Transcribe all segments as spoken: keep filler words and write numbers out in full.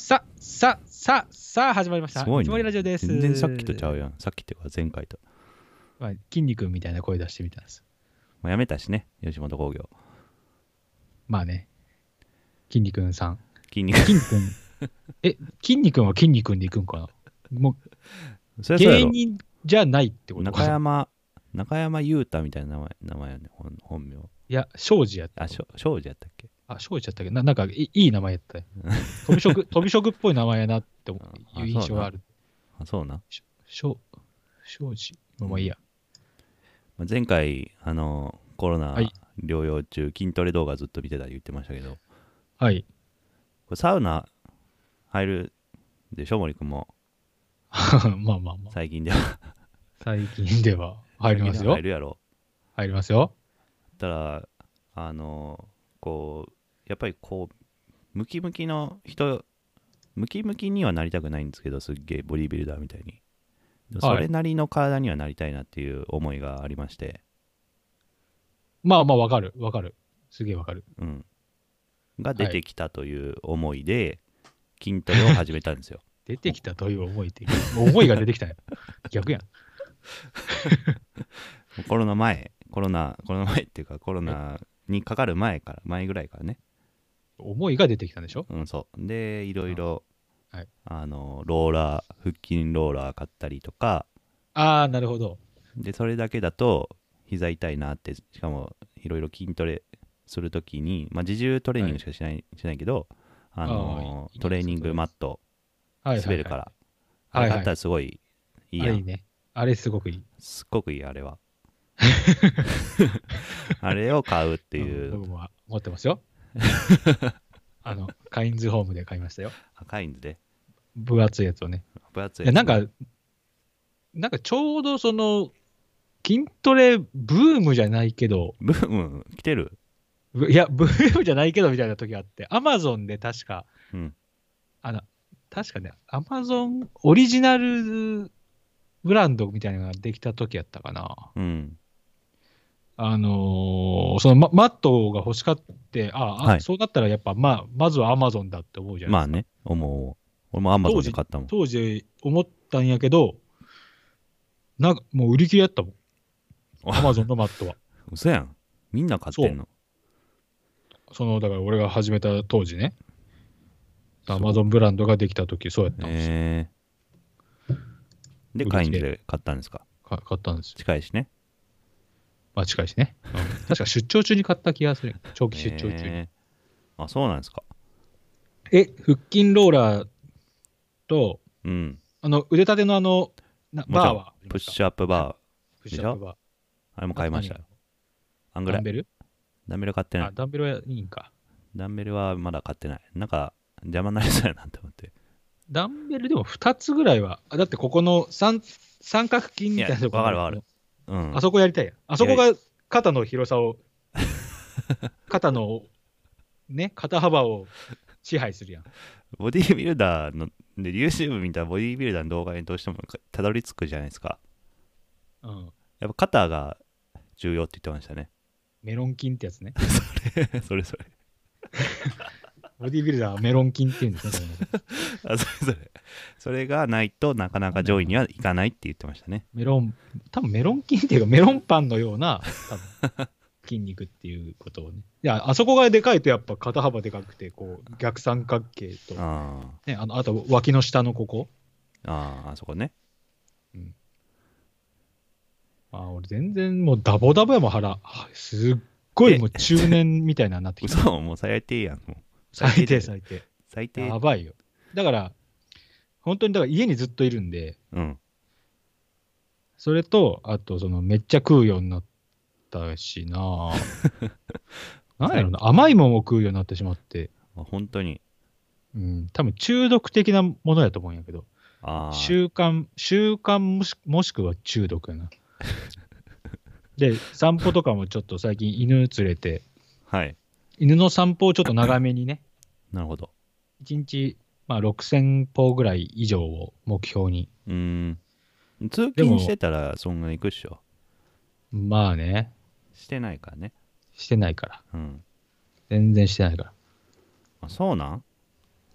さ、さ、さ、さあ始まりました。 すごいね。 つもりラジオです。 全然さっきとちゃうやん。さっきっていうか前回と。 まあ、筋肉みたいな声出してみたんです。 まあ、やめたしね、吉本興業。 まあね。筋肉さん。 筋肉。 筋肉え、筋肉は筋肉でいくんかな。もう、 それそうやろ。 芸人じゃないってこと中山、中山優太みたいな名前、名前やね、本本名。 いや、庄司やった。 あ、しょ庄司やったっけ。 あ、庄司やったっけな。なんかいいい名前やったよ。飛び職、飛び職っぽい名前やなっていう印象がある。 あ、そうな。 しょ庄司。まあいいや。 まあ、前回、あの、コロナはい療養中、筋トレ動画ずっと見てた言ってましたけど、 はい。 これサウナ入るでしょ、森くんも。 まあまあまあ。 最近では。 最近では入りますよ最近では入。るやろ。 入りますよ。 たら、あの、こう、やっぱりこう、ムキムキの人、ムキムキにはなりたくないんですけど、すっげえボディービルダーみたいに。それなりの体にはなりたいなっていう思いがありまして、 まあまあわかる。わかる。すげえわかる。 うん。が出てきたという思いで、筋トレを始めたんですよ。 出てきたという思いって、もう思いが出てきたよ。逆やん。 コロナ前、コロナ、コロナ前っていうか、コロナにかかる前から、前ぐらいからね。 思いが出てきたんでしょ。 うん、そう。で、いろいろ、 はい、 あの、ローラー、腹筋ローラー買ったりとか、 ああ、なるほど。 で、それだけだと、膝痛いなって、しかも、いろいろ筋トレするときに、まあ、自重トレーニングしかしない、はい、しないけど、あのー、トレーニングマット、滑るから、あれ買ったらすごいいいやん。 あれいいね。あれすごくいい。 すっごくいい、あれは。あれを買うっていう。 僕も持ってますよ。あの、カインズホームで買いましたよ。 カインズで。 分厚いやつをね。 分厚いやつ、 ね。なんか、なんかちょうどその、筋トレブームじゃないけど、 ブーム来てる？ いや、ブームじゃないけどみたいな時があって、アマゾンで確か、 うん、 あの、確かね、アマゾンオリジナルブランドみたいなのができた時やったかな。 うん、 あのーそのママットが欲しかって、ああ、はい、そうなったらやっぱ、まあ、まずはアマゾンだって思うじゃないですか。 まあね、思う。俺もアマゾンで買ったもん。 当時、当時思ったんやけど、なんかもう売り切れやったもん。アマゾンのマットは。 嘘やん。みんな買ってんの？ そその、だから俺が始めた当時ね、アマゾンブランドができた時、そうやったんですよ。えー、で、カインズで買ったんですか？ か買ったんですよ。 近いしね。 まあ近いしね。うん、確か出張中に買った気がする。長期出張中に。 えー、あ、そうなんですか。 え、腹筋ローラーと、 うん。 あの、腕立てのあの、なバーはプッシュアップバー。 プッシュアップバー。 あれも買いましたよ。あんぐらい。 ダンベルダンベル買ってない。 あ、ダンベルはいいんか。 ダンベルはまだ買ってない。なんか、邪魔になりそうやなって思って。 ダンベルでもふたつぐらいは、だってここの 三, 三角筋みたいなところ。 わかるわかる。うん。 あそこやりたいや。あそこが肩の広さを、肩の、ね、肩幅を支配するやん。 ボディービルダーの、で、YouTube 見たボディービルダーの動画にどうしてもたどり着くじゃないですか。うん。やっぱ肩が重要って言ってましたね。 メロン筋ってやつね。 それ、それそれ。 ボディービルダーはメロン筋って言うんですね。 あ、それそれ。それがないとなかなか上位にはいかないって言ってましたね。 メロン、多分メロン筋っていうかメロンパンのような多分筋肉っていうことをね。いや、あそこがでかいとやっぱ肩幅でかくて、こう逆三角形と、 あ、 ね、あのあと脇の下のここ。 ああ、あそこね。 うん。あ、俺全然もうダボダボやもん腹。すっごいもう中年みたいななってきた。 嘘、もう最低やん。もう最低最低。 最低。 やばいよ。だから、本当にだから家にずっといるんで、 うん。 それと、あとそのめっちゃ食うようになったしななんやろな、甘いもんを食うようになってしまって。 あ、本当に。 うん、多分中毒的なものやと思うんやけど、 あ、 習慣、習慣もしもしくは中毒やな。で、散歩とかもちょっと最近犬連れて、 はい。 犬の散歩をちょっと長めにね。 なるほど。 いちにち、まあ、ろくせん歩ぐらい以上を目標に。 うーん。通勤してたらそんなに行くっしょ。 まあね。 してないからね。 してないから。 うん。 全然してないから。 あ、そうなん？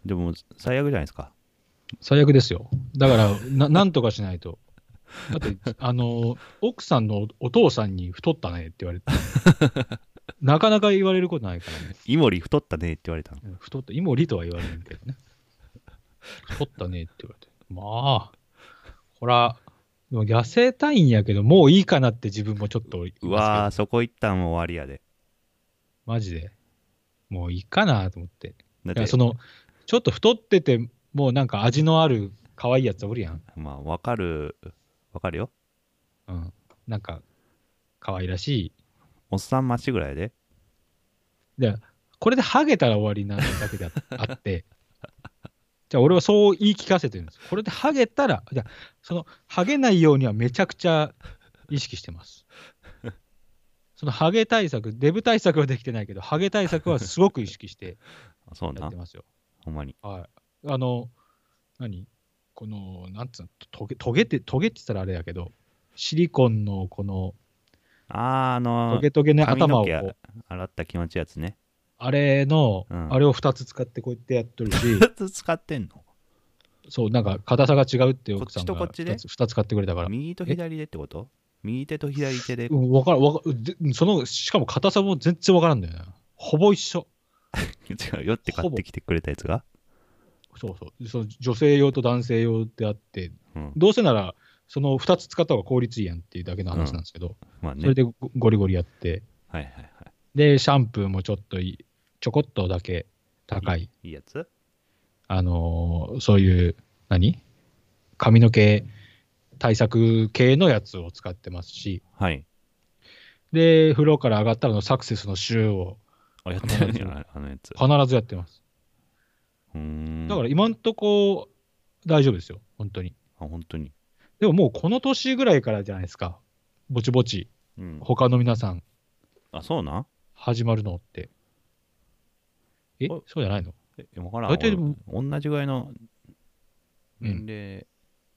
でも最悪じゃないですか。 最悪ですよ。だからな、なんとかしないと。だって、あの、奥さんのお父さんに太ったねって言われて、なかなか言われることないからね。 イモリ太ったねって言われたの。 太った、イモリとは言われるけどね。太ったねって言われて。まあ、ほら、でも痩せたいんやけど、もういいかなって自分もちょっと言いうますけど、 わー、そこ行ったんも終わりやで。 マジで。もういいかなと思って。いや、 だって、 その、ちょっと太ってて、もうなんか味のある可愛いやつおるやん。 まあ、わかる、わかるよ。 うん。なんか、可愛らしい。 おっさん待ちぐらいで。 で、これでハゲたら終わりなだけであって、じゃあ俺はそう言い聞かせてるんです。これでハゲたら、じゃあそのハゲないようにはめちゃくちゃ意識してます。そのハゲ対策、デブ対策はできてないけど、ハゲ対策はすごく意識してあそうな。 やってますよ。 ほんまに。 はい。あの、何この、なんつうの、トゲ、トゲって、トゲって言ったらあれやけど、シリコンのこのあー、あのトゲトゲの髪の毛頭をこう、 洗った気持ちいいやつね。 あれの、 うんあれをふたつ使ってこうやってやっとるし、 ふたつ使ってんの？ そう、なんか硬さが違うって奥さんがこっちとこっちでふたつ、ふたつ買ってくれたから。 右と左でってこと？右手と左手で。 うん、わからん、わかでその、しかも硬さも全然わからんだよね。ほぼ一緒。 違うよって買ってきてくれたやつが。 そうそう。その女性用と男性用であって、 うん。 どうせなら、そのふたつ使った方が効率いいやんっていうだけの話なんですけど、 まあね。 それでゴゴリゴリやって、 はいはいはで、シャンプーもちょっといい、ちょこっとだけ高い、 い。いいやつ？ あのーそういう、何髪の毛対策系のやつを使ってますし、 はい。 で、風呂から上がったらのサクセスのシューをあ、やってるんや、あのやつ。 必ずやってます。 うーん。 だから今んとこ大丈夫ですよ、本当に。 あ、本当に。 でももうこの年ぐらいからじゃないですか、ぼちぼち、 うん。 他の皆さんあ、そうなん？ 始まるのって。え、 おそうじゃないの？ え、わからん。 大体でも、 俺同じぐらいのうん、 年齢、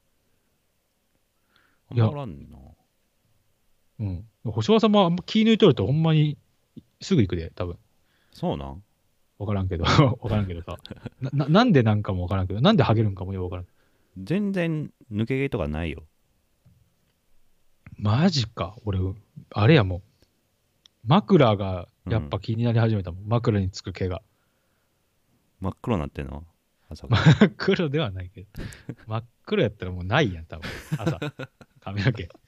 あんいや、 まおらんな。 うん。星葉さんもあんま気抜いとるとほんまにすぐ行くで、多分。 そうなん？ わからんけど、わからんけどさ。な、ななんでなんかもわからんけど、なんでハゲるんかもよくわからん。 全然抜け毛とかないよ。 マジか。俺、あれやもん。枕がやっぱうん。 気になり始めたもん。枕につく毛が。 真っ黒になってんの朝か真ら。 っ黒ではないけど。真っ黒やったらもうないやん、多分。朝、髪の毛。い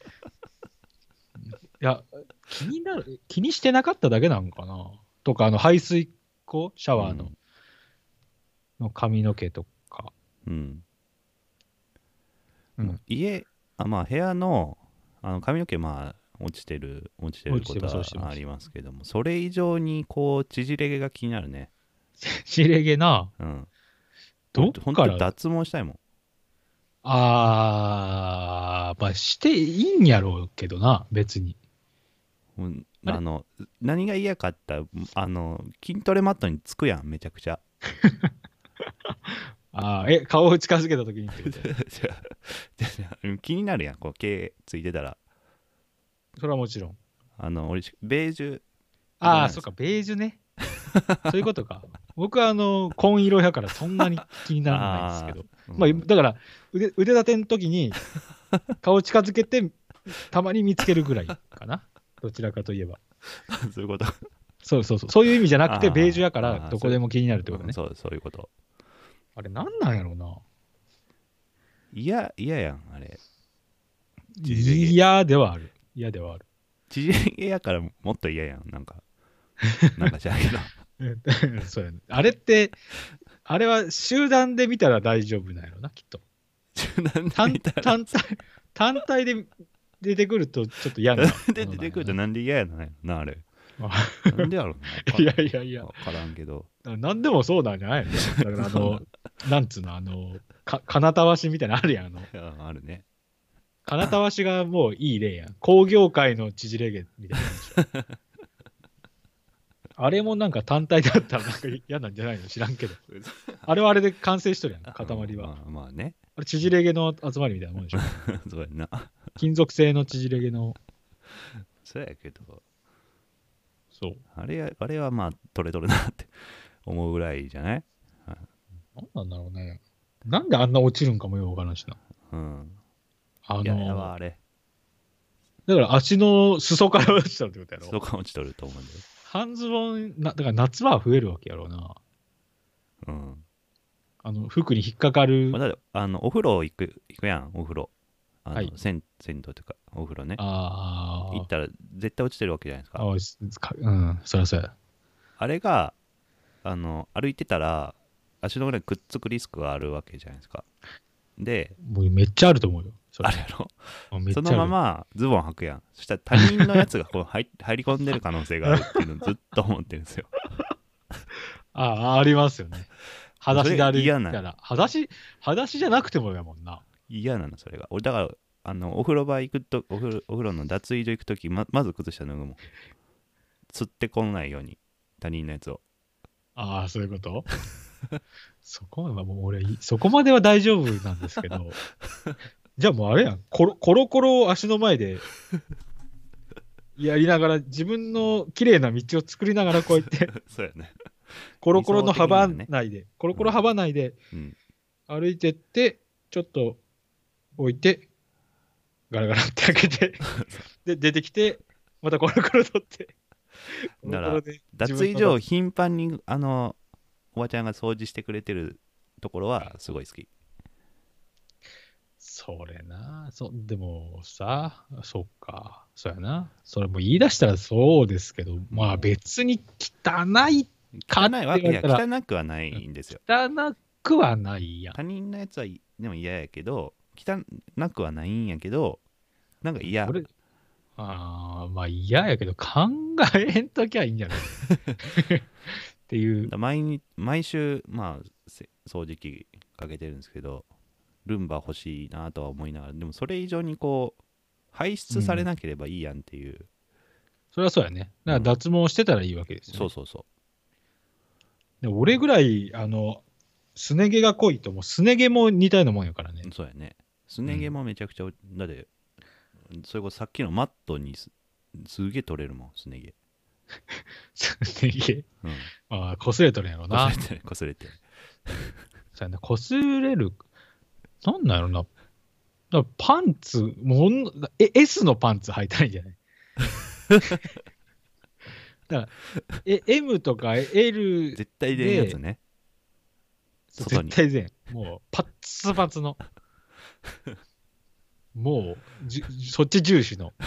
や、気になる、気にしてなかっただけなんかな。とか、あの、排水口シャワーの,、の髪の毛とか。 うん。うんうん。 家、あ、まあ部屋の、あの髪の毛、まあ落ちてる、落ちてる落ちてことます落ちてますはありますけども、それ以上にこう、縮れ毛が気になるね。 しれげな。 うん。 どっほんからと脱毛したいもん。 あー、まあ、していいんやろうけどな、別に。 うん、 あれあの、何が嫌かって言ったら、あの、筋トレマットにつくやん、めちゃくちゃ。 あー、え、顔を近づけたときにってこと？ じゃあじゃあ気になるやん、こう、毛ついてたら。 それはもちろん。 あの、俺、ベージュ色ああ、 なんですよ。 そっか、ベージュね。そういうことか。僕は、あの、紺色やからそんなに気にならないですけど。 あーまあ、 うんだから腕、腕立ての時に、顔近づけて、たまに見つけるぐらいかな。どちらかといえば。 そういうこと。 そうそうそう。そういう意味じゃなくて、 あーベージュやから、 あーどこでも気になるってことね。 うんそうそういうこと。 あれ、なんなんやろうな。 嫌嫌やん、あれ。縮れ毛。 嫌ではある。嫌ではある。 縮れ毛やからもっと嫌やん、なんか。なんかじゃあけど。 そうやね。あれって、あれは集団で見たら大丈夫なんやろな、きっと。 なんで単見たら単体単体で出てくるとちょっと嫌な。 で出てくるとなんで嫌やないのな、あれ。 あなんでやろいやいやいやわ、からんけど。 なんでもそうなんじゃないの？だからあの、なんつうの、あの、か金たわしみたいなのあるやん。あの、 ああるね。 金たわしがもういい例やん。工業界の縮れ毛みたいなもんでしょ。あれもなんか単体だったらなんか嫌なんじゃないの？知らんけど。あれはあれで完成しとるやん、塊は。 まあ、まあね。 あれ縮れ毛の集まりみたいなもんでしょ。 そうやな。 金属製の縮れ毛の。 そうやけど、 そう。 あれやあれはまあ、取れとるなって思うぐらいじゃない？ あなんなんだろうね。なんであんな落ちるんかもよくわからんしな。 うんあいややばの、 あれだから足の裾から落ちたってことやろ。 そこが落ちとると思うんだよ。 半ズボン、なだから夏場は増えるわけやろうな。 うんあの、服に引っかかる。 まあ、だってあのお風呂行く行くやんお風呂あの、 はい銭銭湯というかお風呂ねあ行ったら絶対落ちてるわけじゃないですか。 あ、あすかうん、そりゃそうや。 あれがあの歩いてたら足の裏にくっつくリスクがあるわけじゃないですか。でもうめっちゃあると思うよ。それあれやろあめっちゃあるそのままズボン履くやん。そしたら他人のやつがこう入入り込んでる可能性があるっていうのをずっと思ってるんですよ。 ああ、ありますよね。裸足で歩いそれ嫌なたら。裸足、裸足じゃなくてもやもんな。 嫌なのそれが。俺だからあのお風呂場行くとお風呂お風呂の脱衣所行くときままず靴下脱ぐもん。釣ってこないように他人のやつを。 ああ、そういうことそこまではもう俺、そこまでは大丈夫なんですけど、じゃあもうあれやん、コロコロコロを足の前でやりながら、自分の綺麗な道を作りながらこうやってそうやね。 コロコロの幅理想的には内で、コロコロ幅内でうん。 歩いてって、ちょっと置いて、ガラガラって開けて、で、出てきて、またコロコロ取って、コだからロコロで脱衣所を頻繁にあのおばちゃんが掃除してくれてるところはすごい好き。 それな、そでもさ、そっか、そうやな。それも言い出したらそうですけど、まあ別に汚いかって汚いわいや言われたら、 汚くはないんですよ。 汚くはないやん。 他人のやつはいでも嫌やけど汚くはないんやけどなんか嫌。 俺、あーまあ嫌やけど考えんときゃいいんじゃないっていう。 毎日毎週まあせ掃除機かけてるんですけどルンバ欲しいなとは思いながらでもそれ以上にこう排出されなければいいやんっていう、 それはそうやね。だから脱毛してたらいいわけですよ、ねそうそうそで俺ぐらい、あの、すね毛が濃いと、もうすね毛も似たようなもんやからね。 うそうやね。すね毛もめちゃくちゃ、だってそれこそさっきのマットにすすげえ取れるもんすね毛。 すね毛。 うんああ、擦れとるんやろな。 こすれてこすれてそうやな、擦れる。なんなんやろな。だからパンツ、もうほんのえ S のパンツ履いたらいいんじゃないだからえ M とか L 絶対出んやつね。外に絶対全もうパッツパツのもうじそっち重視の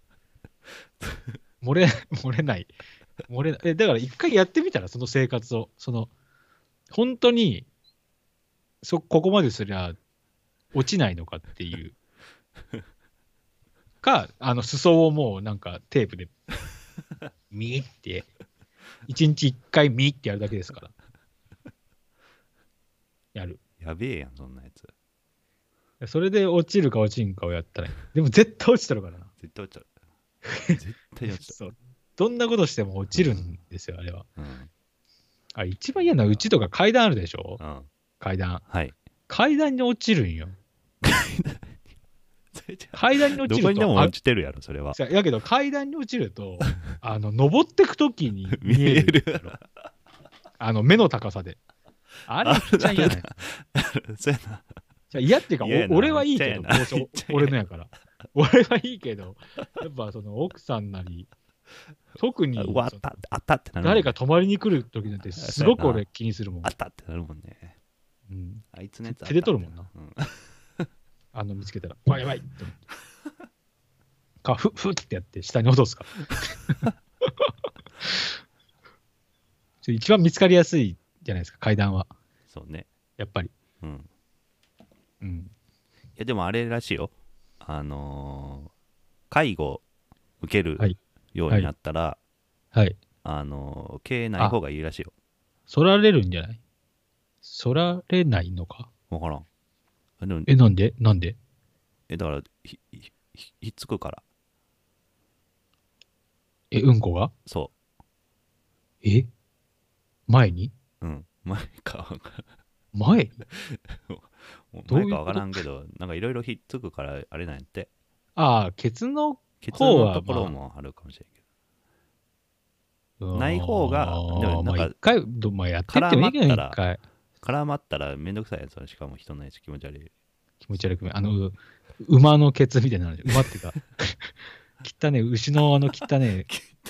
漏れ漏れない漏れないえだから一回やってみたらその生活をその本当にそここまですりゃ落ちないのかっていうかあの裾をもうなんかテープでミーって一日一回ミーってやるだけですからやるやべえやんそんなやつ。 それで落ちるか落ちんかをやったらいいでも絶対落ちてるからな絶対落ちた絶対落ちたそうどんなことしても落ちるんですよ、あれは。 うんあ一番嫌なうちとか階段あるでしょうん階段。 はい階段に落ちるんよ。 それじゃ階段に落ちると。 どこにでも落ちてるやろそれは。 あやけど階段に落ちると、あの、登ってくときに見えるやろ。あの、目の高さで。あれめっちゃ嫌なやつ。 そうやな。 じゃ嫌っていうか、 嫌やなお俺はいいけど、 めっちゃ嫌やなどうせめっちゃ嫌や俺のやから。俺はいいけど、やっぱその奥さんなり、特にうわあったあったってなるもんね。 誰か泊まりに来るときなんてすごく俺気にするもんあ。ったってなるもんね。 うん、 あいつのやつあった手で取るもんな。 うんあの見つけたら、わやばいって思ってか、ふふってやって下に落とすから。ちょ一番見つかりやすいじゃないですか、階段は。 そうね。 やっぱり。 うん。 うん。 いやでもあれらしいよ。あのー介護受けるはいようになったら、 はい。 あのー毛ない方がいいらしいよ。 そられるんじゃないそられないのか。 わからん。あでもえ、なんでなんでえだからひひひひっつくから。 え、うんこがそえ前にう。うん。前かわから前にん。 どういうこと前かわからんけど、なんかいろいろひっつくからあれなんやって。 ああ、ケツのケツ方はのところもあるかもしれんけど。ない方がでもなんかまあ一回、どまあ、やってってもいいけど、 絡まったら一回。 絡まったらめんどくさいやつは、しかも人のやつ気持ち悪い。 気持ち悪く、あの、馬のケツみたいになる。馬っていうか、汚ね、牛のあの汚ね、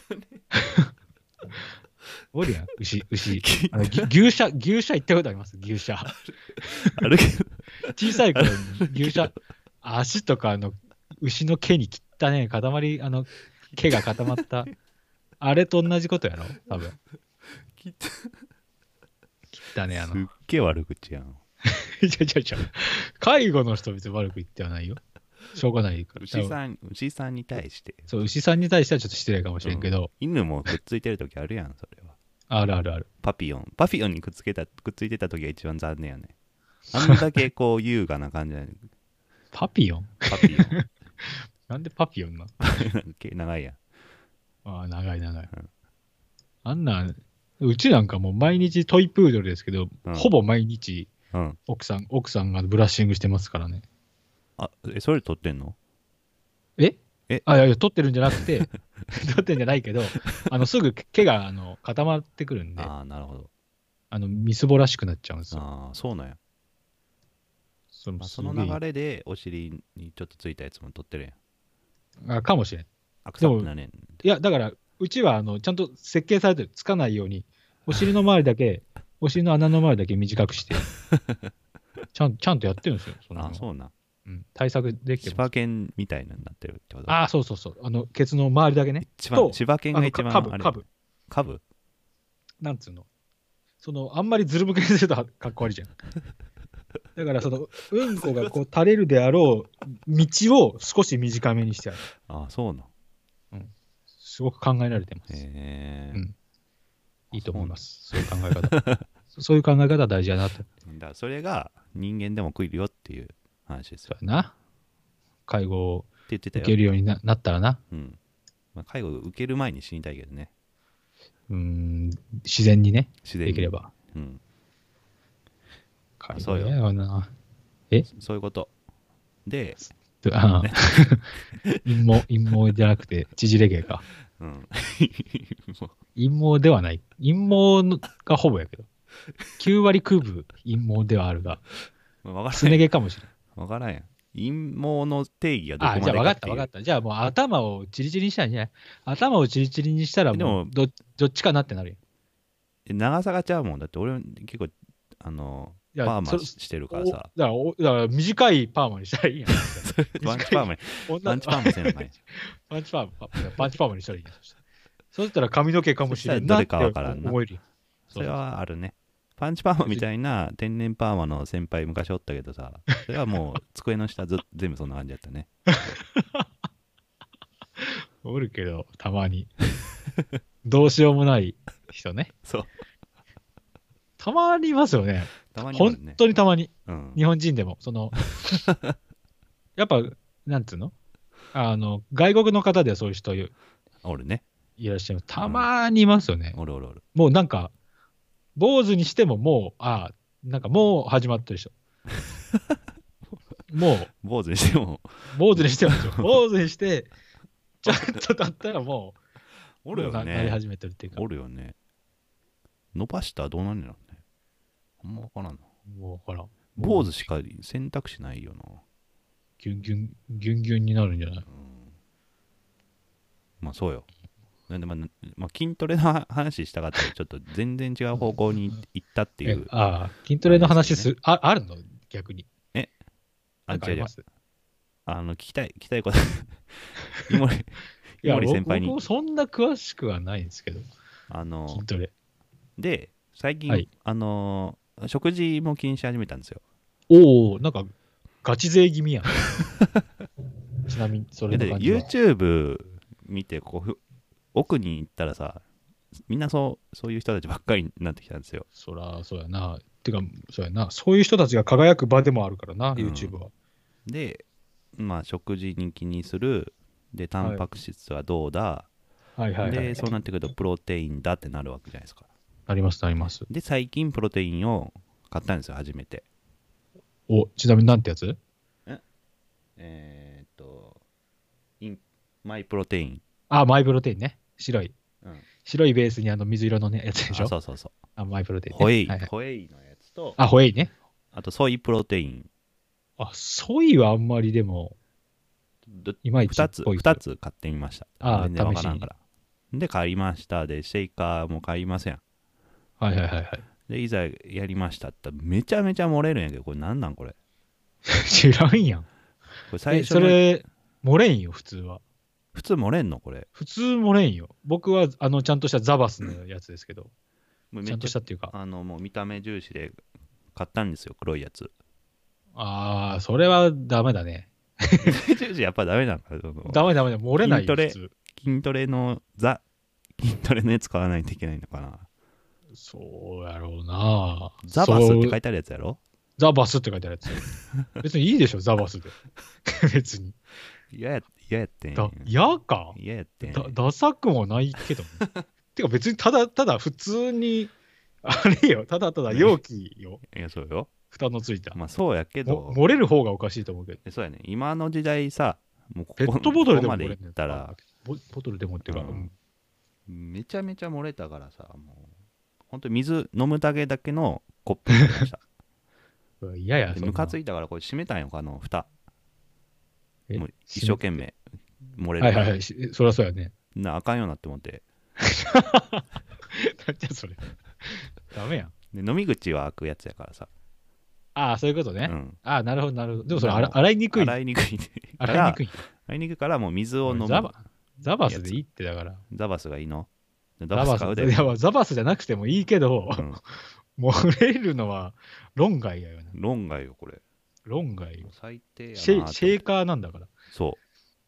おるやん、牛、牛。あのぎ牛舎、牛舎行ったことあります？牛舎。 あるけど、 小さい頃に牛舎、足とかあの、牛の毛に汚ね、塊、あの、毛が固まった。あれと同じことやろ多分。 きっ汚ね、あの。 すっげえ悪口やん。 ちゃちゃちゃ。介護の人別に悪く言ってはないよ。しょうがないから。 牛さん、牛さんに対して。 そう、牛さんに対してはちょっと失礼かもしれんけど。うん、 犬もくっついてるときあるやん、それは。 あるあるある。 パピヨン。パピヨンにくっつけた、くっついてたときが一番残念やね。あんだけこう優雅な感じやね。 パピヨンパピヨン。 なんでパピヨンな長いやん。 ああ、長い長い。うん、あんな、うちなんかもう毎日トイプードルですけど、うん、ほぼ毎日、うん、奥さん、奥さんがブラッシングしてますからね。 あ、え、それ撮ってんの？ ええあ、いやいや、撮ってるんじゃなくて、撮ってるんじゃないけど、あの、すぐ毛があの固まってくるんで、 ああ、なるほど。 あの、みすぼらしくなっちゃうんですよ。 ああ、そうなんや。 その、 まあ、その流れでお尻にちょっとついたやつも撮ってるやん。あ、かもしれん。 あ、臭くなれん。 いや、だから、うちはあのちゃんと設計されてる、つかないように、お尻の周りだけ、お尻の穴の周りだけ短くして、ちゃんちゃんとやってるんですよ。そのあ、そうな。 うん、対策できてます。 柴犬みたいになってるってこと？ ああ、そうそうそう。あの、ケツの周りだけね。 一番、柴犬が一番あの、カブ、 カブ。 なんつうの。その、あんまりずるむけにするとかっこ悪いじゃん。だから、その、うんこがこう垂れるであろう道を少し短めにしてある。 ああ、そうな。 うん。すごく考えられてます。 へえ。 うん。いいと思います。そういう考え方。そういう考え方は大事だなと。 だからそれが人間でも食えるよっていう話ですよ。 そうやな。介護を受けるように な, なったらな。 うん。まあ、介護を受ける前に死にたいけどね。 うん。自然にね。 自然にできれば。 うん。 介護やよな。えそういうこと。で、 ああ陰謀、陰謀じゃなくて、縮れ毛か。 うん。 陰謀ではない。陰謀がほぼやけど。きゅう割空部陰謀ではあるが、すね毛かもしれん。 わからんやん。陰謀の定義がどこまでかっていう。 あ、じゃあ分かった分かった。じゃあもう頭をチリチリにしたらいいんじゃない？頭をチリチリにしたらもう ど, どっちかなってなるやん。長さがちゃうもん。だって俺結構、あの、パーマしてるからさ。 だからだから短いパーマにしたらいいやん。 パンチパーマに。パンチパーマせんのかい。 パンチパーマ、パンチパーマにしたらいいやん。そうしたら髪の毛かもしれんなって思える。 それはあるね。パンチパーマみたいな天然パーマの先輩昔おったけどさ、それはもう机の下ず全部そんな感じだったね。 おるけど、たまに。どうしようもない人ね。 そう。 たまにいますよね。 たまに、 ね、本当にたまに。 うん、 日本人でも。その、やっぱ、なんつうのあの、外国の方ではそういう人おるね。 いらっしゃいます。たまにいますよね。 うん、おるおるおる。 もうなんか、坊主にしてももう、ああ、なんかもう始まってるでしょ。もう、 坊主にしても。 坊主にしてもでしょ。坊主にして、ちゃんと経ったらもう、おるよね。 なり始めてるっていうか。 おるよね。伸ばしたらどうなんねんのね。あんま分からんな。 もう分からん。 坊主しか選択肢ないよな。 ギュンギュン、ギュンギュンになるんじゃない、うん、 まあそうよ。なんでまあ、まあ、筋トレの話したかったらちょっと全然違う方向に行ったっていう。 ああ、筋トレの話する、ああるの逆に。 えあ、違います。 あの、聞きたい、聞きたいこと。井森、井森先輩に。 僕もそんな詳しくはないんですけど。 あの、 筋トレ。 で、最近、 はい、 あの、食事も気にし始めたんですよ。 おお、なんか、ガチ勢気味やん。ちなみに、それの感じは。 で、YouTube 見て、こう、奥に行ったらさ、みんなそう、そういう人たちばっかりになってきたんですよ。 そら、そうやな。てか、そうやな。そういう人たちが輝く場でもあるからな、うん、YouTube は。 で、まあ、食事に気にする。で、タンパク質はどうだ。 はい、はいはいはい、 で、そうなってくると、プロテインだってなるわけじゃないですか。 あります、あります。 で、最近、プロテインを買ったんですよ、初めて。 お、ちなみになんてやつ？ ええー、っと、イン、マイプロテイン。 あ、マイプロテインね。白い。 うん、 白いベースにあの水色のね、やつでしょ。 あ、そうそうそう。 あ、マイプロテイン、ね。 ホエイ、 はいはい、 ホエイのやつと、 あ、ホエイね。 あとソイプロテイン。 あ、ソイはあんまりでも、いまいちっ 2つ、 ぽいけど。 二つ買ってみました。 ああ、 全然わ試しに。 からんから。で、買いました。で、シェイカーも買いません。 はいはいはいはい。 で、いざやりましたってめちゃめちゃ漏れるんやけど、これなんなんこれ。 知らんやん。 これ最え、 初の、 それ、漏れんよ、普通は。 普通漏れんのこれ。 普通漏れんよ。僕は、あの、ちゃんとしたザバスのやつですけど、ちゃんともうめっちゃ、 したっていうか。 あの、もう見た目重視で買ったんですよ、黒いやつ。 ああ、それはダメだね。 見た目重視やっぱダメなのかなそのダメダメだ、漏れないよ、 筋トレ普通。 筋トレのザ、筋トレのやつ買わないといけないのかな。 そうやろうな。 ザバスって書そういてあるやつやろ。 ザバスって書いてあるやつ。別にいいでしょ、ザバスで。別に。 嫌や、嫌やってん。 だ、嫌か嫌やってん。 だ、ダサくもないけどね。てか別にただただ普通に、あれよ、ただただ容器よ。 いや、そうよ。 蓋のついた。 まあそうやけども、漏れる方がおかしいと思うけど。 えそうやね。今の時代さ、もうここペットボトルでここまでいも漏れんねんったら、 ボボトルでもっていうか、 ううんんめちゃめちゃ漏れたからさ、もう、本当に水飲むだけだけのコップになりました。 うわ嫌や、そんなでムカついたからこれ閉めたんよ、あの蓋。 えもう一生懸命漏れるから。 はいはいはい、しそりゃそうやね。 なあかんよなって思って。 なんじゃそれ。ダメやん。 で飲み口は開くやつやからさ。 ああ、そういうことね。 うん。 ああ、なるほど、なるほど。でもそれだから洗洗いにくい。 洗いにくい。 洗いにくい。 洗いにくいからもう水を飲む。 ザバザバスでいいってだから。 ザバスがいいのザザバスバス買うで。 いやザバスじゃなくてもいいけど、 うん、 漏れるのは論外やよな。 論外よ、これ。 論外よ。 最低やなシェーってシェーカーなんだから。 そ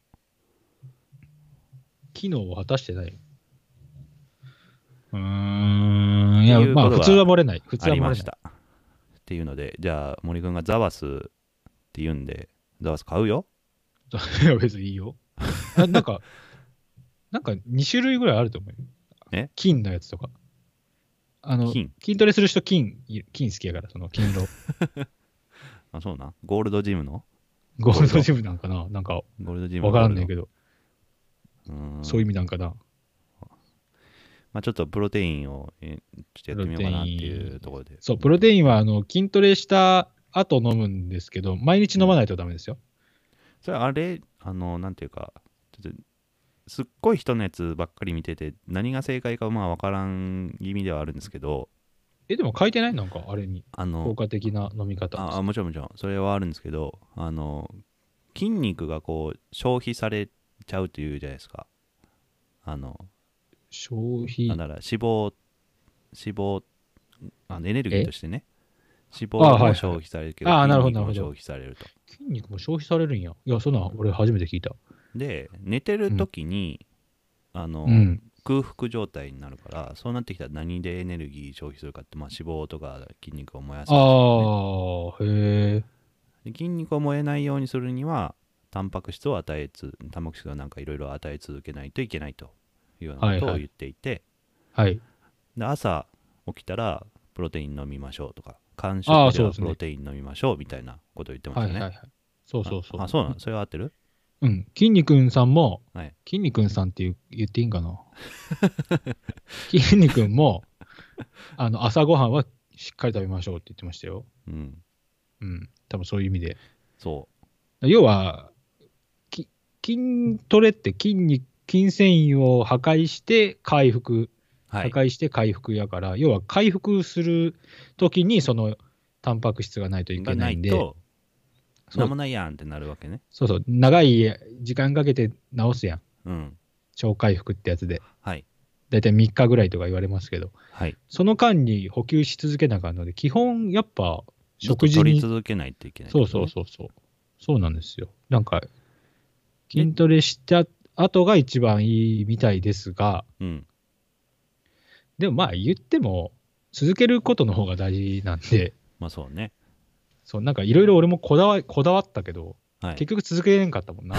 機能を果たしてない。うーん。いや、 っていうことがまあ普通は漏れない。普う。 通は漏れない。 ありました。っていうので、じゃあ森くんがザバスって言うんで、ザバス買うよ。 いや、別にいいよ。あなんか、なんかに種類ぐらいあると思うよ。 え金のやつとか。あの、 金筋トレする人金、金好きやから、その金色。 あ、そうな。ゴールドジムのゴールドジムなんかななんか、 ゴールドジムわからんねんけど。 ど、 うーんそういう意味なんかな。 まあ、ちょっとプロテインをえちょっとやってみようかなっていうところで。 そう、プロテインはあの筋トレした後飲むんですけど、毎日飲まないとダメですよ。 それあれ、あの、なんていうか、ちょっとすっごい人のやつばっかり見てて、何が正解かまあ分からん気味ではあるんですけど、 え、でも書いてないなんか、あれに。効あの、 果的な飲み方。 ああもちろんもちろん、それはあるんですけど、あの、筋肉がこう、消費されちゃうというじゃないですか。あの、 消費なん。だら脂肪、脂肪、あのエネルギーとしてね、脂肪あはいはいも消費されるけど、 あなるほ筋肉もどなるほど消費されると。 筋肉も消費されるんや。いや、そんなん俺初めて聞いた。 で、寝てる時に、あの、 うん。 空腹状態になるから、そうなってきたら何でエネルギー消費するかって、まあ、脂肪とか筋肉を燃やすんですよね。 ああ、へえ。 で筋肉を燃えないようにするには、タンパク質を与えつ、タンパク質をなんかいろいろ与え続けないといけないというようなことを言っていて、 はい。 で朝起きたらプロテイン飲みましょうとか、間ああ食ではそうですねプロテイン飲みましょうみたいなことを言ってましたね。 はいはいはい。そうそうそう。 あ、あそうなのそれは合ってるうん。筋肉さんも、 はい。 筋肉さんって言う言っていいんかな筋肉も、あの、朝ごはんはしっかり食べましょうって言ってましたよ。 うん。 うん。多分そういう意味で。 そ要は、き筋トレって筋肉、筋繊維を破壊して回復、 う。はい。 破壊して回復やから、要は回復するときにそのタンパク質がないといけがなんで、 ないいと、 そうなんもないやんってなるわけね。 そうそう、長い時間かけて治すやん。 うん。 超回復ってやつで。 はい。 だいたいみっかぐらいとか言われますけど、 はい。 その間に補給し続けなあかんので、基本やっぱ食事に、 ずっと取り続けないといけないってそうことね、 そうそうそう。そうなんですよ。なんか、筋トレした後が一番いいみたいですが、 うん。 でもまあ言っても、続けることの方が大事なんで、 まあそうね。 そう、なんかいろいろ俺もこだわこだわったけど、 はい。 結局続けれんかったもんな。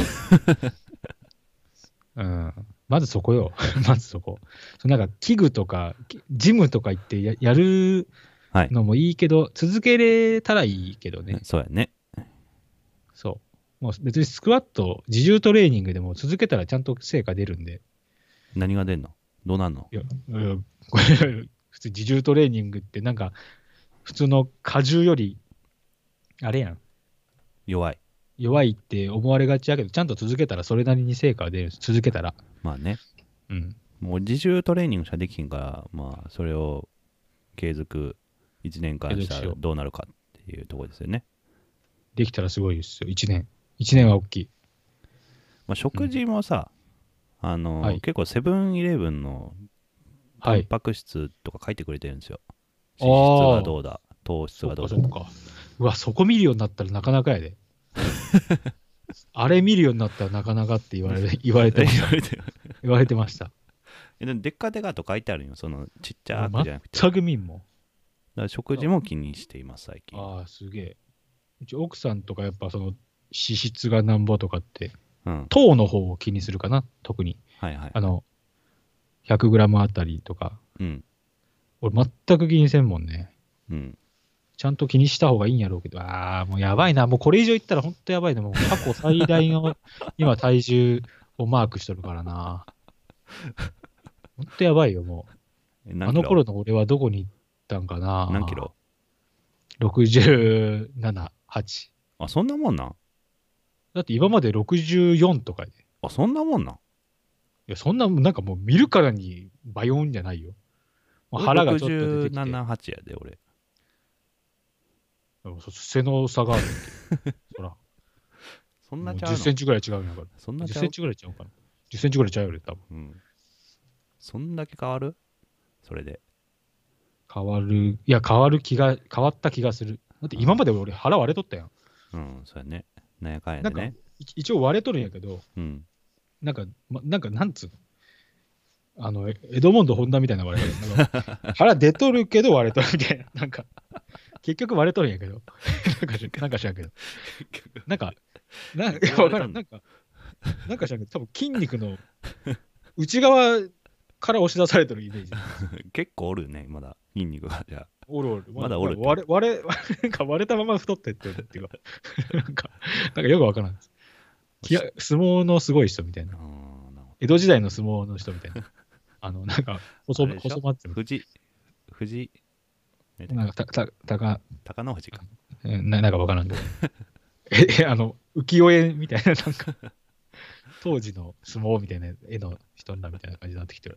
うん。まずそこよ。まずそこ。そうなんか器具とか、ジムとか行ってややるはい。 のもいいけど、続けれたらいいけどね。 そうやね。 そう。もう別にスクワット、自重トレーニングでも続けたらちゃんと成果出るんで。 何が出んのどうなんのいや、いやこれ普通自重トレーニングってなんか、 普通の荷重より、あれやん、 弱い。 弱いって思われがちやけど、ちゃんと続けたらそれなりに成果が出るんです。続けたら。 まあね。 うん。 もう自重トレーニングしかできひんから、まあ、それを継続いちねんかんしたらどうなるかっていうところですよね。 できたらすごいですよ、いちねん。いちねんは大きい。 まあ、食事もさ、うん、あの、はい、結構セブンイレブンのタンパク質とか書いてくれてるんですよ。はい、脂質がどうだ、糖質がどうだ。 そっかそっか。うわ、そこ見るようになったらなかなかやで。あれ見るようになったらなかなかって言われ言われてました。言われてました。 でデッカデカと書いてあるよ。そのちっちゃくじゃなくて。 全く見んもん。だから食事も気にしています、最近。 ああ、すげえ。うち奥さんとかやっぱその脂質がなんぼとかって、うん、糖の方を気にするかな、特に。 はいはい。 あの、ひゃくグラム あたりとか。 うん。 俺全く気にせんもんね。 うん。 ちゃんと気にした方がいいんやろうけど、ああ、もうやばいな。もうこれ以上いったら本当やばいな。もう過去最大の今体重をマークしとるからな。本当やばいよ、もう。あの頃の俺はどこに行ったんかな。 何キロ ? ろくじゅうなな、はち。 あ、そんなもんなん？ だって今までろくじゅうよんとかで。 あ、そんなもんなん？いや、そんな、なんかもう見るからにバヨーンじゃないよ。腹がちょっと出てきて。 ろくじゅうなな、はちやで、俺。 背の差があるって。そら。 そんなちゃうの？ じゅっセンチぐらい違うんやから。 そんなちゃう？ じゅっセンチぐらい違うかな。じゅっセンチぐらい違うよね、多分。 うん。そんだけ変わる？それで。 変わる。いや、変わる気が、変わった気がする。だって今まで俺腹割れとったやん。 うん、そうやね。なんやかんやでね。 なんか、一応割れとるんやけど、 うん。 なんか、ま、なんか、なんつうの、あの、エドモンド・ホンダみたいな割れ方。腹出とるけど割れとるみたいな。なんか、結局割れとるんやけど。なんか知なんか知らんけど。なんか、なんか、わからん。なんか、なんか知らんけど、多分筋肉の内側から押し出されてるイメージ。 結構おるね、まだ筋肉が。じゃあ。 おるおる。 まだおる。 割れ、割れ、なんか割れたまま太ってってっていうか、なんか、なんかよくわからんです。相撲のすごい人みたいな。江戸時代の相撲の人みたいな。あの、なんか、細細まってる。 富士、富士、 なんか、た、た、たか、 高野富士か。 ななんかわからんけど。え、あの、浮世絵みたいな、なんか、当時の相撲みたいな絵の人だみたいな感じになってきてる。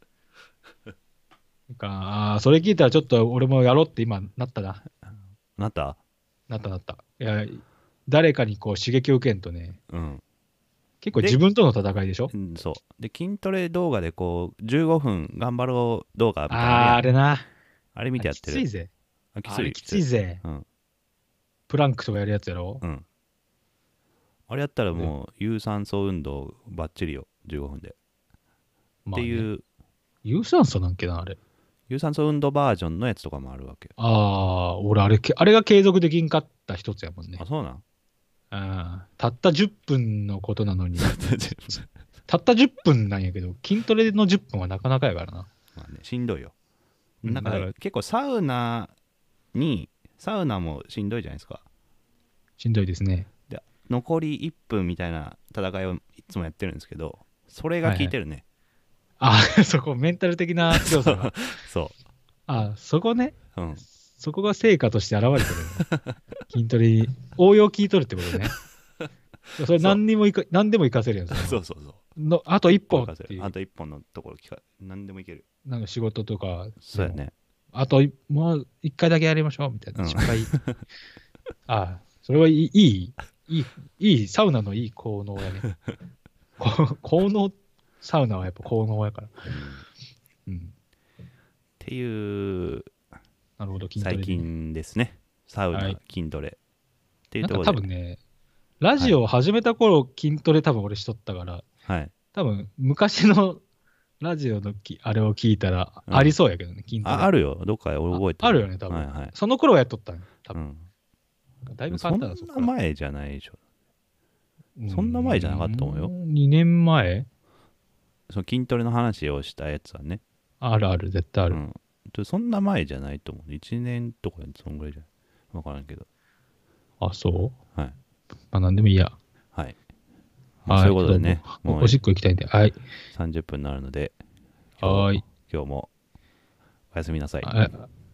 なんか、あそれ聞いたらちょっと俺もやろうって今なったな。 なったなったなった。いや、誰かにこう刺激を受けんとね。 うん。 結構自分との戦いでしょ？ うん、そう。で、筋トレ動画でこう、じゅうごふん頑張ろう動画みたいな。 ああ、あれな。 あれ見てやってる。 きついぜ。 あ、きつい。 あれきついぜ。 うん。 プランクとかやるやつやろ？ うん。あれやったらもう、有酸素運動バッチリよ。じゅうごふんで。まあね、っていう。 有酸素なんけな、あれ。 有酸素運動バージョンのやつとかもあるわけ。 ああ、俺あれ、あれが継続できんかった一つやもんね。 あ、そうなん？ あたったじゅっぷんのことなのに。たったじゅっぷんなんやけど、筋トレのじゅっぷんはなかなかやからな。 まあね、しんどいよ。なんか結構サウナに、サウナもしんどいじゃないですか。 しんどいですね。 で、残りいっぷんみたいな戦いをいつもやってるんですけど、それが効いてるね。 はいはい、あ、そこ、メンタル的な強さが。 そう。 あ、そこね。 うん。 そこが成果として現れてる、ね。筋トレに応用効いとるってことね。それ何にもいか、何でも活かせるやつ。 そうそうそう。 のあと一本っていう。 あと一本のところ聞か、何でもいける。 なんか仕事とか。 そうやね。 あと、もう一回だけやりましょうみたいな。失敗。うん、ああ、それはいい、いい、いい、いい、サウナのいい効能やね。効能、サウナはやっぱ効能やから。うん。 っていう、 なるほど、筋トレ、 ね、最近ですね。サウナ、はい、筋トレ。っていうところで。なんか多分ね、ラジオを始めた頃、はい、筋トレ多分俺しとったから、 はい、 多分昔のラジオのきあれを聞いたらありそうやけどね、うん、筋トレ。 あ、あるよ。どっかで俺覚えてる。 あるよね、多分。はいはい、その頃はやっとったんよ、多分。うん、だいぶ変わったな、 そんな前じゃないでしょ。そんな前じゃなかったと思うよ。 にねんまえその筋トレの話をしたやつはね。 あるある、絶対ある。 うん、そんな前じゃないと思う。いちねんとかそんぐらいじゃない。わからんけど。 あ、そうはい。 まあ、なんでもいいや。 はい。まあ、そういうことでね。 もうおしっこ行きたいんで。はい。 さんじゅっぷんになるので。 はい。 今日もおやすみなさい。 お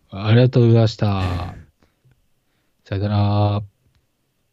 ありがとうございました。さよなら。